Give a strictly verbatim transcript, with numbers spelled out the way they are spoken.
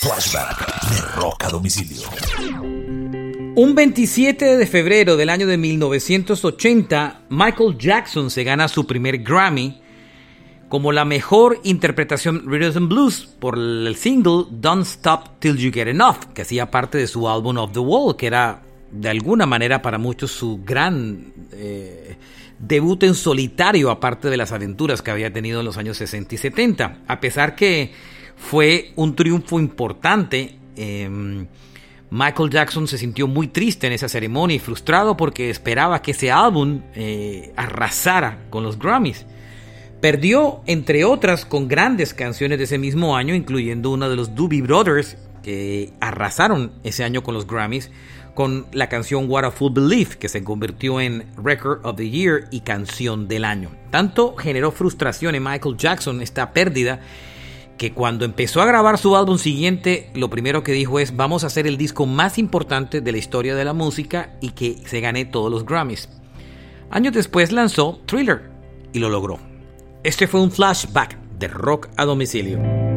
Flashback de Rock a Domicilio. Un veintisiete de febrero del año de mil novecientos ochenta, Michael Jackson se gana su primer Grammy como la mejor interpretación rhythm and blues por el single Don't Stop Till You Get Enough, que hacía parte de su álbum Off the Wall, que era de alguna manera para muchos su gran eh, debut en solitario, aparte de las aventuras que había tenido en los años sesenta y setenta. A pesar que fue un triunfo importante, eh, Michael Jackson se sintió muy triste en esa ceremonia y frustrado porque esperaba que ese álbum eh, arrasara con los Grammys. Perdió, entre otras, con grandes canciones de ese mismo año, incluyendo una de los Doobie Brothers, que arrasaron ese año con los Grammys, con la canción What a Fool Believe, que se convirtió en Record of the Year y Canción del Año. Tanto generó frustración en Michael Jackson esta pérdida, que cuando empezó a grabar su álbum siguiente, lo primero que dijo es: vamos a hacer el disco más importante de la historia de la música y que se gane todos los Grammys. Años después lanzó Thriller y lo logró. Este fue un flashback de Rock a Domicilio.